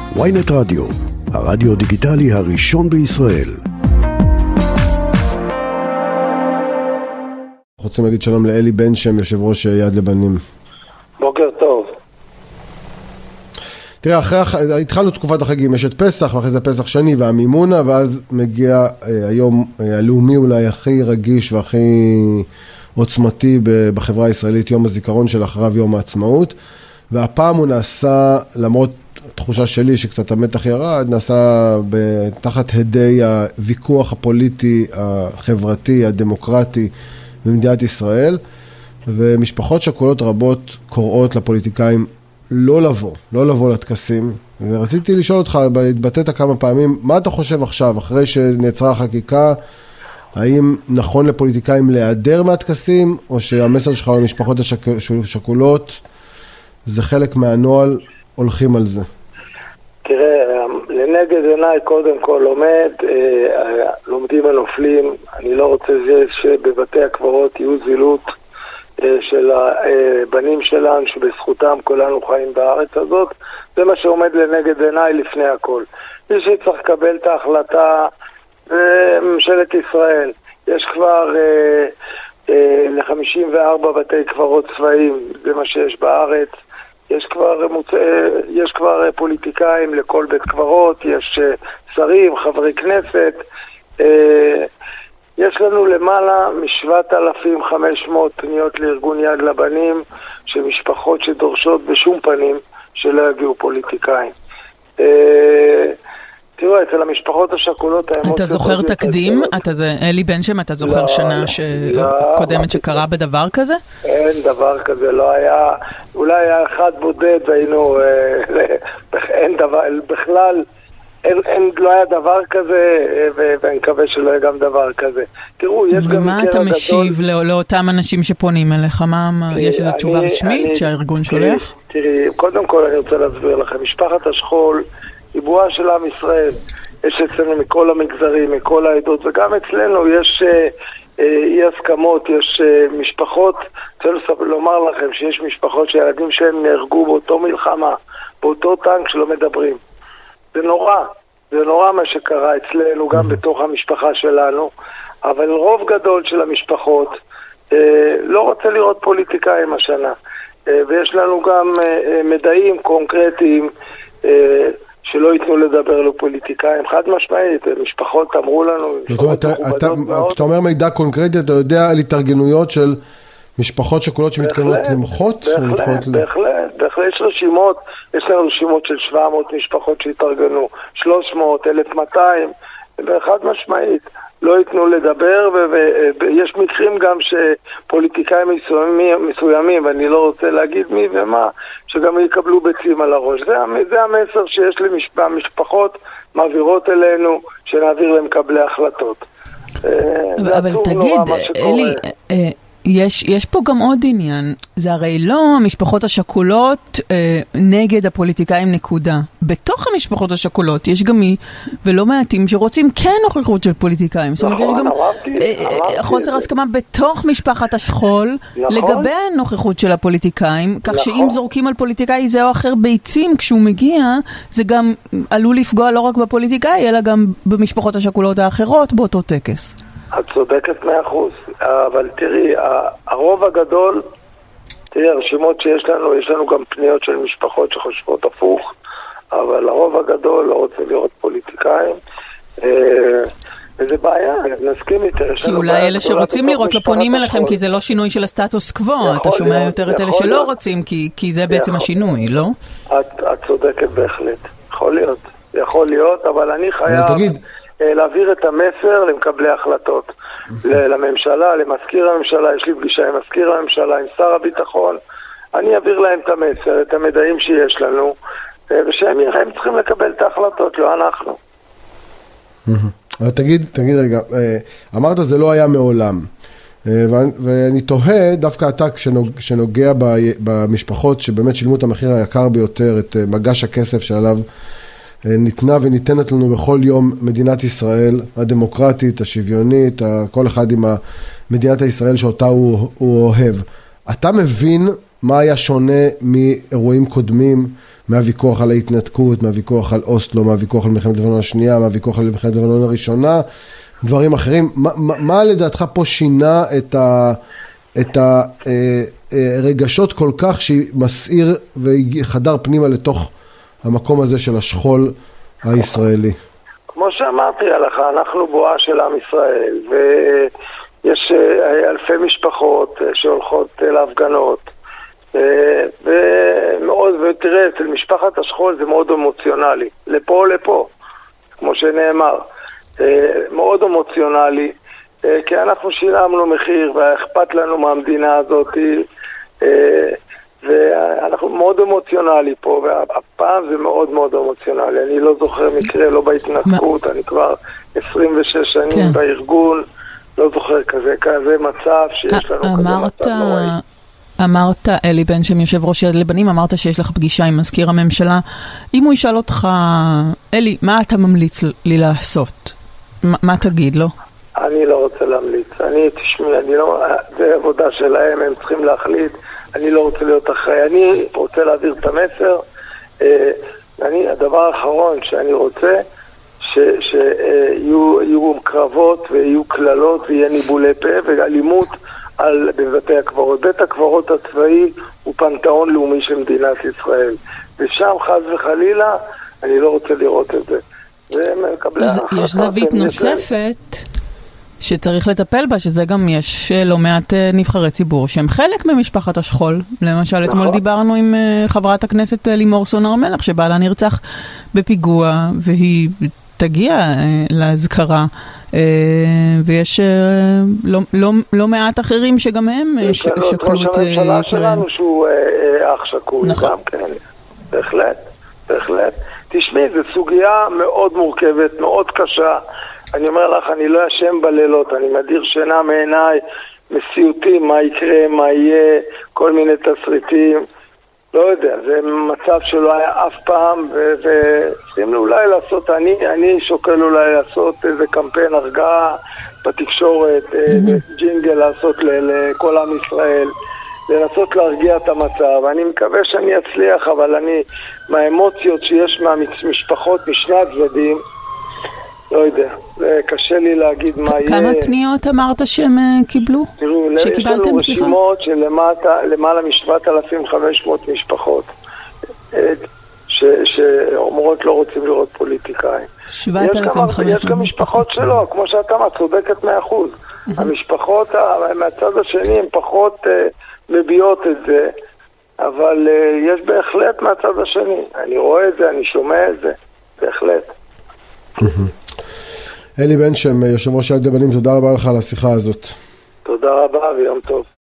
ynet רדיו, הרדיו דיגיטלי הראשון בישראל. רוצים להגיד שלום לאלי בן שם, יושב ראש יד לבנים. בוקר טוב. תראה, התחלנו תקופת החגים, יש את פסח, ואחרי זה פסח שני והמימונה, ואז מגיע היום הלאומי אולי הכי רגיש והכי עוצמתי בחברה הישראלית, יום הזיכרון של אחריו יום העצמאות, והפעם הוא נעשה, למרות התחושה שלי שקצת המתח ירד, נעשה תחת הדי הוויכוח הפוליטי, החברתי, הדמוקרטי במדינת ישראל, ומשפחות שכולות רבות קוראות לפוליטיקאים לא לבוא לטקסים, ורציתי לשאול אותך, התבטאת כמה פעמים, מה אתה חושב עכשיו, אחרי שנעצרה החקיקה, האם נכון לפוליטיקאים להיעדר מהטקסים, או שהמסר שלך למשפחות השכולות, זה חלק מהנוהל, הולכים על זה? תראה, לנגד עיניי קודם כל לומדים הנופלים, אני לא רוצה שבבתי הקברות יהיו זילות של הבנים שלנו, שבזכותם כולנו חיים בארץ הזאת, זה מה שעומד לנגד עיניי לפני הכל. מי שצריך לקבל את ההחלטה זה ממשלת ישראל. יש כבר ל-54 בתי קברות צבאיים, זה מה שיש בארץ. יש כבר פוליטיקאים לכל בית קברות, יש שרים, חברי כנסת. יש לנו למעלה מ-7,500 פניות לארגון יד לבנים, שמשפחות שדורשות בשום פנים שלא יגיעו פוליטיקאים. תראו, אצל המשפחות השכולות... אתה זוכר תקדים? אלי בן שם, אתה זוכר שנה קודמת שקרה בדבר כזה? אין דבר כזה, לא היה, אולי היה אחד בודד והיינו, אין דבר, בכלל, לא היה דבר כזה, ואני מקווה שלא יהיה גם דבר כזה. תראו, יש גם... ומה אתה משיב לאותם אנשים שפונים אליך? יש איזו תשובה רשמית שהארגון שולח? תראי, קודם כל אני רוצה להסביר לכם, משפחת השכול היא בועה של עם ישראל. יש אצלנו מכל המגזרים, מכל העדות, וגם אצלנו יש אי הסכמות, יש משפחות, רוצה לומר לכם שיש משפחות שהילדים שהם נהרגו באותו מלחמה, באותו טנק שלא מדברים. זה נורא מה שקרה אצלנו, גם בתוך המשפחה שלנו, אבל רוב גדול של המשפחות לא רוצה לראות פוליטיקאים השנה, ויש לנו גם מדעים קונקרטיים שלא ייתנו לדבר לפוליטיקאים, חד משמעית, משפחות אמרו לנו... כשאתה אומר מידע קונקרטי, אתה יודע על התארגנויות של משפחות שכולות שמתכוונות למחות? בהחלט יש רשימות, יש לנו רשימות של 700 משפחות שהתארגנו, 300, 1200, בחד משמעית, לא ייתנו לדבר, ויש מקרים גם שפוליטיקאים מסוימים, ואני לא רוצה להגיד מי ומה, שגם יקבלו ביצים על הראש. זה המסר שיש למשפחות, מעבירות אלינו, שנעביר להם קבלי החלטות. אבל תגיד, אלי, יש פה גם עוד עניין, זה הרי לא המשפחות השכולות נגד הפוליטיקאים נקודה. בתוך המשפחות השכולות יש גם ולא מעטים שרוצים כן נוכחות של פוליטיקאים. זאת אומרת, יש גם חוסר הסכמה בתוך משפחת השכול לגבי הנוכחות של הפוליטיקאים, כך שאם זורקים על פוליטיקאי זה או אחר ביצים כשהוא מגיע, זה גם עלול לפגוע לא רק בפוליטיקאי, אלא גם במשפחות השכולות האחרות באותו טקס. את צודקת 100%, אבל תראי, הרוב הגדול, תראי, הרשימות שיש לנו, יש לנו גם פניות של משפחות שחושבות הפוך, אבל הרוב הגדול לא רוצה לראות פוליטיקאים, וזה בעיה, נסכים איתה. כי אולי אלה שרוצים לראות לא פונים אליכם, כי זה לא שינוי של הסטטוס קוו, אתה שומע יותר את אלה שלא רוצים, כי זה בעצם השינוי, לא? את צודקת בהחלט, יכול להיות, אבל אני חייב... להעביר את המסר למקבלי החלטות, לממשלה, למזכיר הממשלה, יש לי פגישה עם מזכיר הממשלה, עם שר הביטחון, אני אעביר להם את המסר, את המדעים שיש לנו, ושהם צריכים לקבל את ההחלטות, לא אנחנו. אבל תגיד רגע, אמרת זה לא היה מעולם, ואני תוהה, דווקא אתה כשנוגע במשפחות שבאמת שילמו את המחיר היקר ביותר, את מגש הכסף שעליו ניתנה וניתנת לנו בכל יום מדינת ישראל הדמוקרטית, השוויונית, כל אחד עם מדינת ישראל שאותה הוא אוהב. אתה מבין מה היה שונה מאירועים קודמים, מהוויכוח על ההתנתקות, מהוויכוח על אוסלו, מהוויכוח על מלחמת לבנון השנייה, מהוויכוח על מלחמת לבנון הראשונה, דברים אחרים. מה לדעתך פה שינה את הרגשות כל כך שמסעיר וחדר פנימה לתוך המקום הזה של השכול הישראלי? כמו שאמרתי לך, אנחנו בועה של עם ישראל, ויש אלפי משפחות שהולכות להפגנות, ותראה, אצל משפחת השכול זה מאוד אמוציונלי, לפה או לפה, כמו שנאמר, מאוד אמוציונלי, כי אנחנו שילמנו מחיר ואכפת לנו מהמדינה הזאת, ואנחנו מאוד אמוציונלי פה, והפעם זה מאוד מאוד אמוציונלי. אני לא זוכר מקרה, לא בהתנתקות, אני כבר 26 שנים בארגון, לא זוכר כזה מצב שיש לנו כזה מצב נוראי. אמרת, אלי בן שם יושב ראש יד לבנים, אמרת שיש לך פגישה עם מזכיר הממשלה. אם הוא ישאל אותך, אלי, מה אתה ממליץ לי לעשות? מה תגיד לו? אני לא רוצה להמליץ. תשמעי, זה עבודה שלהם, הם צריכים להחליט. אני לא רוצה להיות אחראי. אני רוצה להעביר את המסר. הדבר האחרון שאני רוצה, שיהיו קרבות ויהיו כללות ויהיה ניבולי פה ואלימות בבתי הקברות. בית הקברות הצבאי הוא פנתאון לאומי של מדינת ישראל. ושם חס וחלילה, אני לא רוצה לראות את זה. יש זווית נוספת שצריך לטפל בה, שזה גם יש לא מעט נבחרי ציבור שהם חלק ממשפחת השכול. למשל, אתמול דיברנו עם חברת הכנסת לימור סון הר מלך, שבעלה נרצח בפיגוע, והיא תגיע להזכרה, ויש לא מעט אחרים שגם הם שקלו את ראש הממשלה שלנו שהוא אח שקול, גם כן, בהחלט. תשמעי, זו סוגיה מאוד מורכבת, מאוד קשה. אני אומר לך, אני לא ישן בלילות, אני מדיר שינה מעיניי, מסיוטים, מה יקרה, מה יהיה, כל מיני תסריטים. לא יודע, זה מצב שלא היה אף פעם, וצריכים אולי לעשות, אני שוקל אולי לעשות איזה קמפיין הרגעה בתקשורת, ג'ינגל לעשות לכל עם ישראל, לנסות להרגיע את המצב. אני מקווה שאני אצליח, אבל מהאמוציות שיש מהמשפחות משני הצדדים, לא יודע, קשה לי להגיד מה יהיה. כמה פניות אמרת שהם קיבלו? תראו, יש לנו רשימות של למעלה מ-7,500 משפחות שאומרות לא רוצים לראות פוליטיקאים. 7,500. יש גם משפחות שלא, כמו שאתה צודקת 100%. המשפחות מהצד השני הן פחות מביעות את זה, אבל יש בהחלט מהצד השני. אני רואה את זה, אני שומע את זה, בהחלט. אלי בן שם, יושב ראש יד לבנים, תודה רבה לך על השיחה הזאת. תודה רבה ויום טוב.